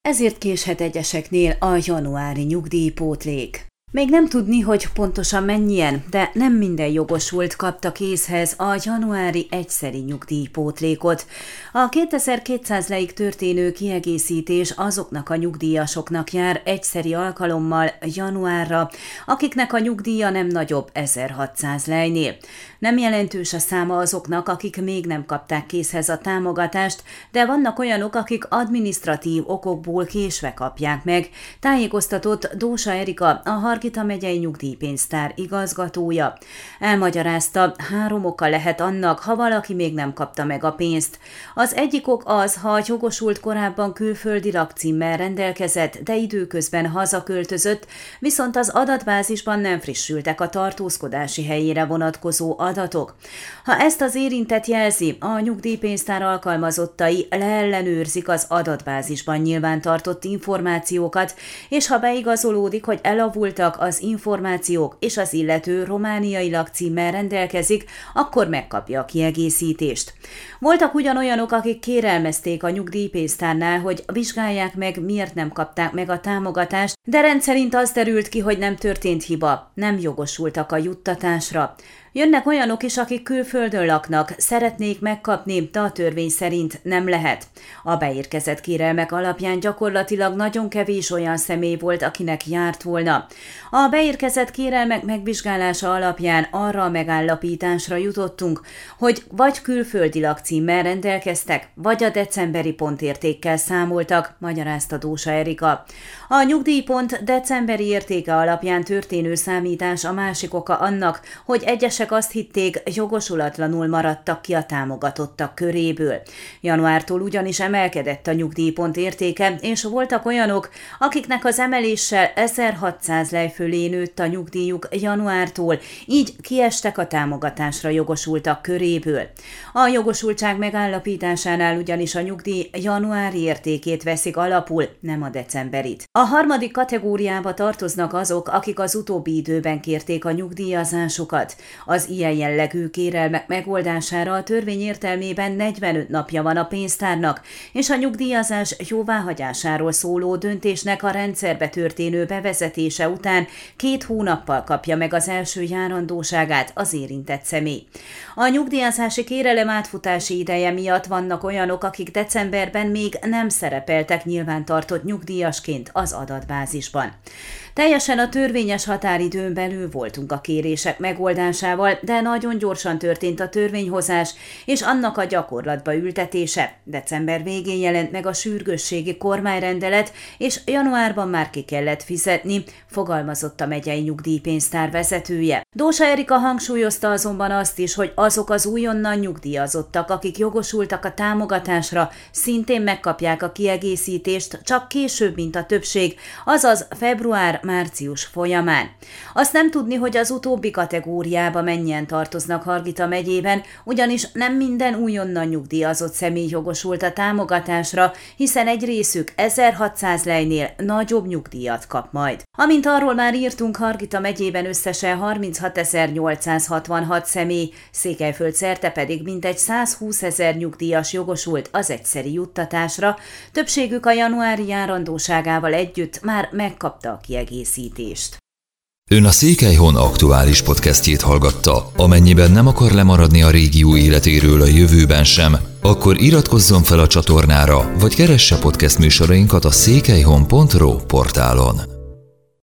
Ezért késhet egyeseknél a januári nyugdíjpótlék. Még nem tudni, hogy pontosan mennyien, de nem minden jogosult kapta kézhez a januári egyszeri nyugdíjpótlékot. A 2200 leig történő kiegészítés azoknak a nyugdíjasoknak jár egyszeri alkalommal januárra, akiknek a nyugdíja nem nagyobb 1600 lejnél. Nem jelentős a száma azoknak, akik még nem kapták kézhez a támogatást, de vannak olyanok, akik adminisztratív okokból késve kapják meg, tájékoztatott Dósa Erika, a Hargita megyei nyugdíjpénztár igazgatója. Elmagyarázta, 3 oka lehet annak, ha valaki még nem kapta meg a pénzt. Az egyik ok az, ha a jogosult korábban külföldi lakcímmel rendelkezett, de időközben hazaköltözött, viszont az adatbázisban nem frissültek a tartózkodási helyére vonatkozó adatok. Ha ezt az érintett jelzi, a nyugdíjpénztár alkalmazottai leellenőrzik az adatbázisban nyilvántartott információkat, és ha beigazolódik, hogy elavultak az információk, és az illető romániai lakcímmel rendelkezik, akkor megkapja a kiegészítést. Voltak ugyanolyanok, akik kérelmezték a nyugdíjpénztárnál, hogy vizsgálják meg, miért nem kapták meg a támogatást, de rendszerint az derült ki, hogy nem történt hiba, nem jogosultak a juttatásra. Jönnek olyanok is, akik külföldön laknak, szeretnék megkapni, de a törvény szerint nem lehet. A beérkezett kérelmek alapján gyakorlatilag nagyon kevés olyan személy volt, akinek járt volna. A beérkezett kérelmek megvizsgálása alapján arra a megállapításra jutottunk, hogy vagy külföldi lakcímmel rendelkeztek, vagy a decemberi pontértékkel számoltak, magyarázta Dósa Erika. A nyugdíjpont decemberi értéke alapján történő számítás a másik oka annak, hogy egyesek azt hitték, jogosulatlanul maradtak ki a támogatottak köréből. Januártól ugyanis emelkedett a nyugdíjpont értéke, és voltak olyanok, akiknek az emeléssel 1600 lej fölé nőtt a nyugdíjuk januártól, így kiestek a támogatásra jogosultak köréből. A jogosultság megállapításánál ugyanis a nyugdíj januári értékét veszik alapul, nem a decemberit. A harmadik kategóriába tartoznak azok, akik az utóbbi időben kérték a nyugdíjazásukat. Az ilyen jellegű kérelmek megoldására a törvény értelmében 45 napja van a pénztárnak, és a nyugdíjazás jóváhagyásáról szóló döntésnek a rendszerbe történő bevezetése után 2 hónappal kapja meg az első járandóságát az érintett személy. A nyugdíjazási kérelem átfutási ideje miatt vannak olyanok, akik decemberben még nem szerepeltek nyilvántartott nyugdíjasként az adatbázisban. Teljesen a törvényes határidőn belül voltunk a kérések megoldásával, de nagyon gyorsan történt a törvényhozás és annak a gyakorlatba ültetése. December végén jelent meg a sürgősségi kormányrendelet, és januárban már ki kellett fizetni, fogalmazott a megyei nyugdíjpénztár vezetője. Dósa Erika hangsúlyozta azonban azt is, hogy azok az újonnan nyugdíjazottak, akik jogosultak a támogatásra, szintén megkapják a kiegészítést, csak később, mint a többség, azaz február-március folyamán. Azt nem tudni, hogy az utóbbi kategóriába mennyien tartoznak Hargita megyében, ugyanis nem minden újonnan nyugdíjazott személy jogosult a támogatásra, hiszen egy részük 1600 lejnél nagyobb nyugdíjat kap majd. Amint arról már írtunk, Hargita megyében összesen 36.866 személy, Székelyföld szerte pedig mintegy 120 000 nyugdíjas jogosult az egyszeri juttatásra, többségük a januári járandóságával együtt már megkapta a kiegészítést. Ön a Székelyhon aktuális podcastjét hallgatta. Amennyiben nem akar lemaradni a régió életéről a jövőben sem, akkor iratkozzon fel a csatornára, vagy keresse podcast műsorainkat a székelyhon.ro portálon.